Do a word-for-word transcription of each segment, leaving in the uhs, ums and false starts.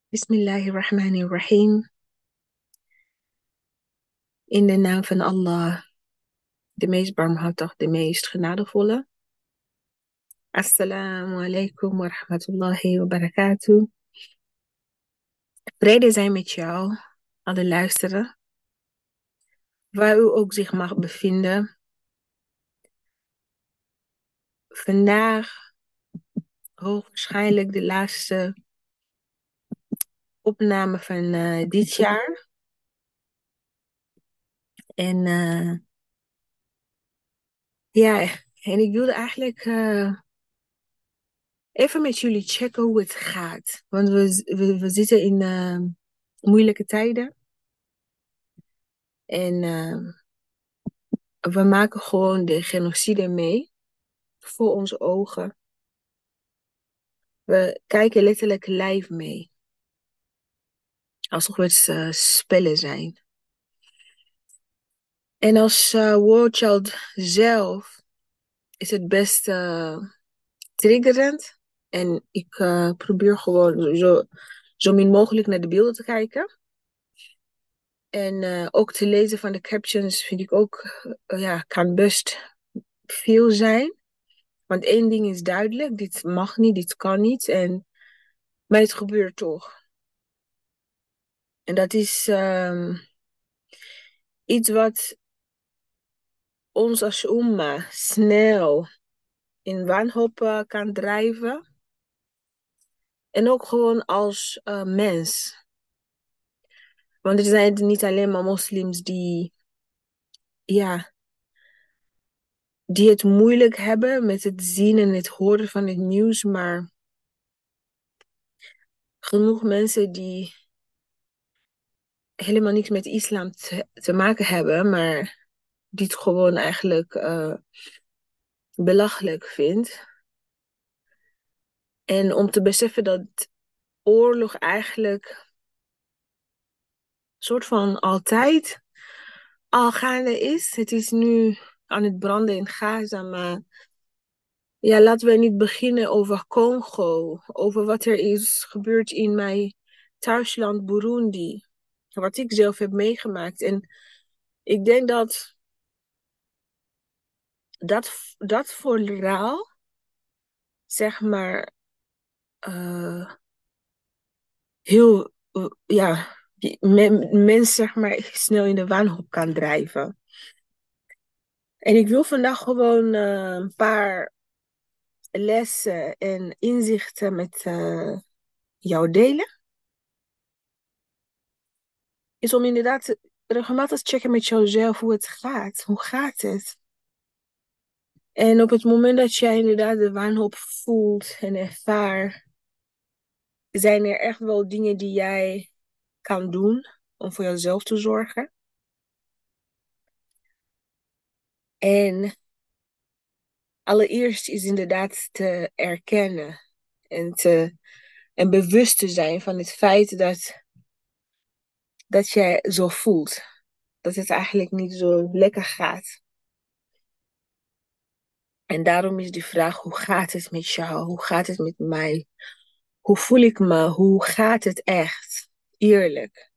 Bismillahirrahmanirrahim. In de naam van Allah, de meest barmhartig, de meest genadevolle. Assalamu alaikum wa rahmatullahi wa barakatuh. Vrede zijn met jou, alle luisteren, waar u ook zich mag bevinden. Vandaag hoogwaarschijnlijk de laatste opname van uh, dit jaar. En uh, ja, en ik wilde eigenlijk uh, even met jullie checken hoe het gaat. Want we, we, we zitten in uh, moeilijke tijden. En uh, we maken gewoon de genocide mee voor onze ogen. We kijken letterlijk live mee. Alsof het uh, spellen zijn. En als uh, War Child zelf is het best uh, triggerend. En ik uh, probeer gewoon zo, zo min mogelijk naar de beelden te kijken. En uh, ook te lezen van de captions vind ik ook, uh, ja, kan best veel zijn. Want één ding is duidelijk, dit mag niet, dit kan niet. En, maar het gebeurt toch. En dat is um, iets wat ons als umma snel in wanhoop uh, kan drijven. En ook gewoon als uh, mens. Want er zijn niet alleen maar moslims die, ja, die het moeilijk hebben met het zien en het horen van het nieuws, maar genoeg mensen die helemaal niks met islam te, te maken hebben, maar die het gewoon eigenlijk uh, belachelijk vindt. En om te beseffen dat oorlog eigenlijk een soort van altijd al gaande is. Het is nu aan het branden in Gaza, maar ja, laten we niet beginnen over Congo, over wat er is gebeurd in mijn thuisland Burundi, wat ik zelf heb meegemaakt. En ik denk dat dat, dat vooral, zeg maar, uh, heel, uh, ja, men, mens, zeg maar, snel in de wanhoop kan drijven. En ik wil vandaag gewoon uh, een paar lessen en inzichten met uh, jou delen. Is om inderdaad regelmatig te checken met jouzelf hoe het gaat. Hoe gaat het? En op het moment dat jij inderdaad de wanhoop voelt en ervaart, zijn er echt wel dingen die jij kan doen om voor jezelf te zorgen. En allereerst is inderdaad te erkennen en, te, en bewust te zijn van het feit dat, dat jij zo voelt. Dat het eigenlijk niet zo lekker gaat. En daarom is die vraag, hoe gaat het met jou? Hoe gaat het met mij? Hoe voel ik me? Hoe gaat het echt? Eerlijk.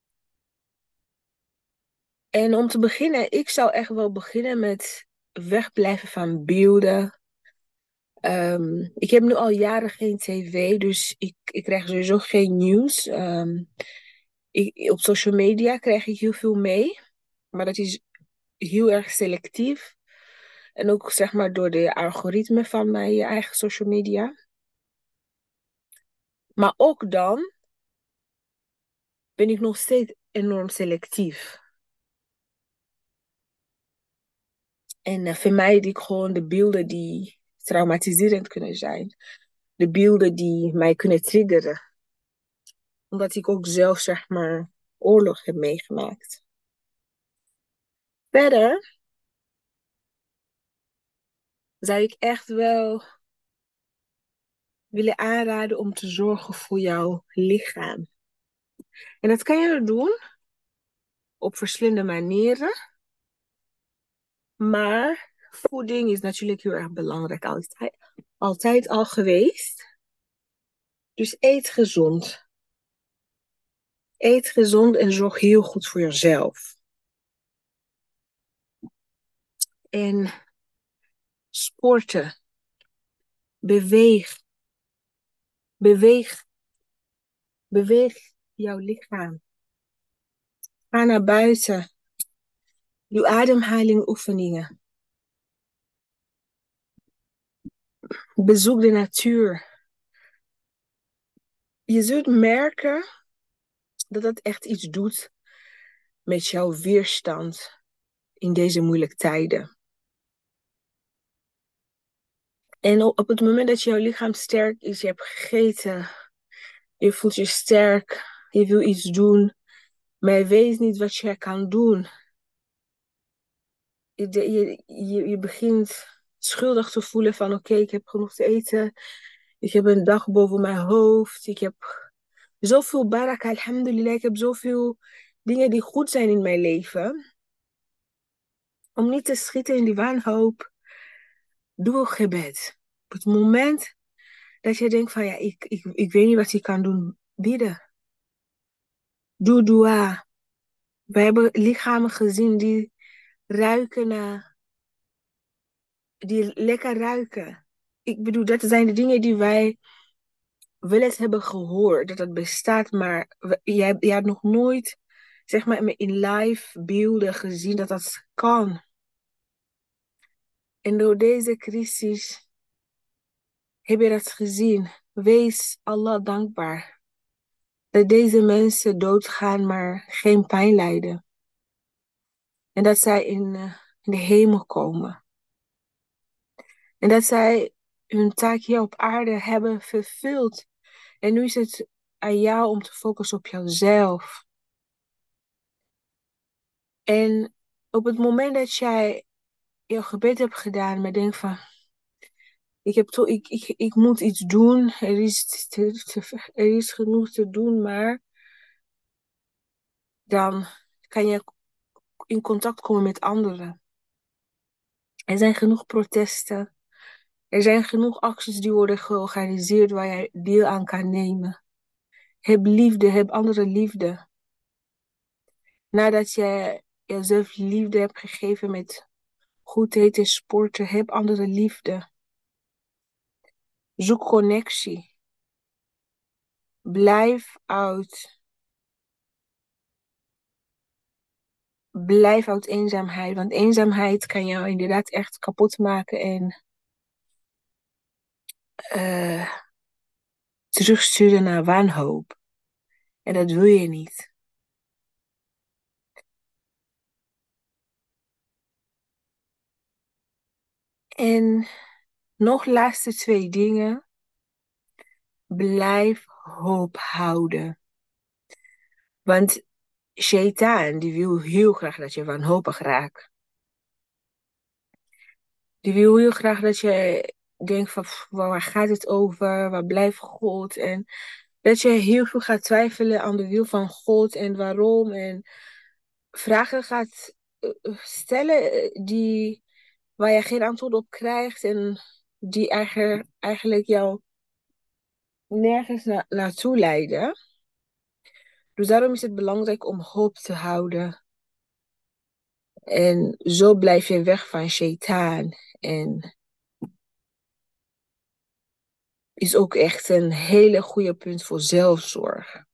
En om te beginnen, ik zou echt wel beginnen met wegblijven van beelden. Um, ik heb nu al jaren geen tv, dus ik, ik krijg sowieso geen nieuws. Um, ik, op social media krijg ik heel veel mee, maar dat is heel erg selectief. En ook zeg maar door de algoritme van mijn eigen social media. Maar ook dan ben ik nog steeds enorm selectief. En uh, vermijd ik gewoon de beelden die traumatiserend kunnen zijn. De beelden die mij kunnen triggeren. Omdat ik ook zelf, zeg maar, oorlog heb meegemaakt. Verder zou ik echt wel willen aanraden om te zorgen voor jouw lichaam. En dat kan je doen op verschillende manieren. Maar voeding is natuurlijk heel erg belangrijk. Altijd, altijd al geweest. Dus eet gezond. Eet gezond en zorg heel goed voor jezelf. En sporten. Beweeg. Beweeg. Beweeg jouw lichaam. Ga naar buiten. Doe ademhalingoefeningen. Bezoek de natuur. Je zult merken dat dat echt iets doet met jouw weerstand in deze moeilijke tijden. En op het moment dat jouw lichaam sterk is, je hebt gegeten, je voelt je sterk, je wil iets doen, maar je weet niet wat je kan doen. Je, je, je, je begint schuldig te voelen van oké, okay, ik heb genoeg te eten, ik heb een dag boven mijn hoofd, ik heb zoveel baraka, alhamdulillah, ik heb zoveel dingen die goed zijn in mijn leven. Om niet te schieten in die wanhoop, doe een gebed. Op het moment dat je denkt van ja, ik, ik, ik weet niet wat ik kan doen, bidden. Doe dua. We hebben lichamen gezien die ruiken naar, die lekker ruiken. Ik bedoel, dat zijn de dingen die wij wel eens hebben gehoord, dat het bestaat, maar we, jij, jij hebt nog nooit, zeg maar, in live beelden gezien dat dat kan. En door deze crisis heb je dat gezien. Wees Allah dankbaar dat deze mensen doodgaan, maar geen pijn lijden. En dat zij in, uh, in de hemel komen. En dat zij hun taak hier op aarde hebben vervuld. En nu is het aan jou om te focussen op jouzelf. En op het moment dat jij jouw gebed hebt gedaan, maar denkt van, ik, heb to- ik, ik, ik moet iets doen, er is, te, te, er is genoeg te doen, maar dan kan je in contact komen met anderen. Er zijn genoeg protesten. Er zijn genoeg acties die worden georganiseerd waar jij deel aan kan nemen. Heb liefde, heb andere liefde. Nadat je jezelf liefde hebt gegeven met goed eten, sporten, heb andere liefde. Zoek connectie. Blijf uit. Blijf uit eenzaamheid, want eenzaamheid kan jou inderdaad echt kapot maken en uh, terugsturen naar wanhoop. En dat wil je niet. En nog laatste twee dingen. Blijf hoop houden. Want Shaitaan, die wil heel graag dat je wanhopig raakt. Die wil heel graag dat je denkt van, pff, waar gaat het over? Waar blijft God? En dat je heel veel gaat twijfelen aan de wil van God en waarom. En vragen gaat uh, stellen uh, die, waar je geen antwoord op krijgt. En die eigenlijk, eigenlijk jou nergens na, naartoe leiden. Dus daarom is het belangrijk om hoop te houden. En zo blijf je weg van Shaitaan. En is ook echt een hele goede punt voor zelfzorg.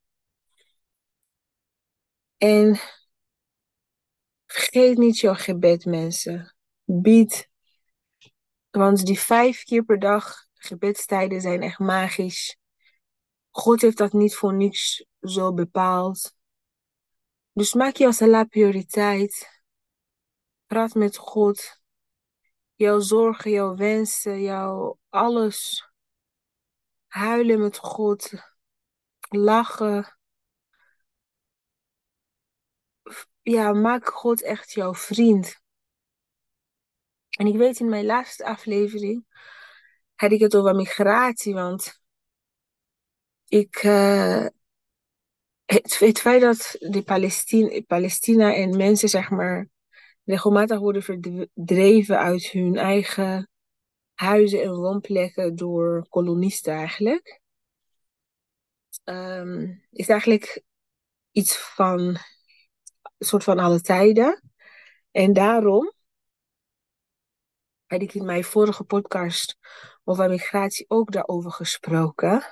En vergeet niet jouw gebed, mensen. Bied. Want die vijf keer per dag gebedstijden zijn echt magisch. God heeft dat niet voor niks zo bepaald. Dus maak jouw salat prioriteit. Praat met God. Jouw zorgen, jouw wensen, jouw alles. Huilen met God. Lachen. Ja, maak God echt jouw vriend. En ik weet in mijn laatste aflevering had ik het over migratie, want ik, uh, het, het feit dat de Palestina, Palestina en mensen, zeg maar, regelmatig worden verdreven uit hun eigen huizen en woonplekken door kolonisten eigenlijk, um, is eigenlijk iets van een soort van alle tijden. En daarom had ik in mijn vorige podcast over migratie ook daarover gesproken.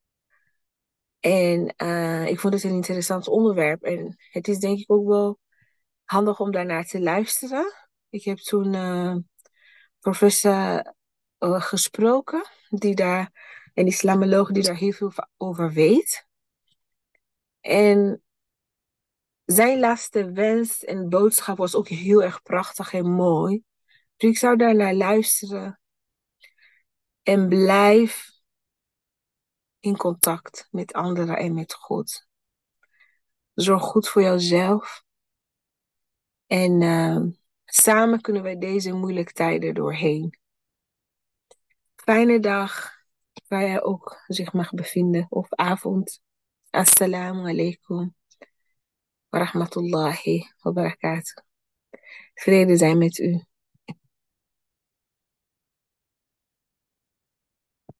En uh, ik vond het een interessant onderwerp. En het is denk ik ook wel handig om daarnaar te luisteren. Ik heb toen uh, professor uh, gesproken, die daar, een islamoloog die daar heel veel over weet. En zijn laatste wens en boodschap was ook heel erg prachtig en mooi. Dus ik zou daarnaar luisteren en blijf in contact met anderen en met God. Zorg goed voor jouzelf. En uh, samen kunnen wij deze moeilijke tijden doorheen. Fijne dag, waar jij ook zich mag bevinden, of avond. Assalamu alaikum wa rahmatullahi wa barakatuh. Vrede zijn met u.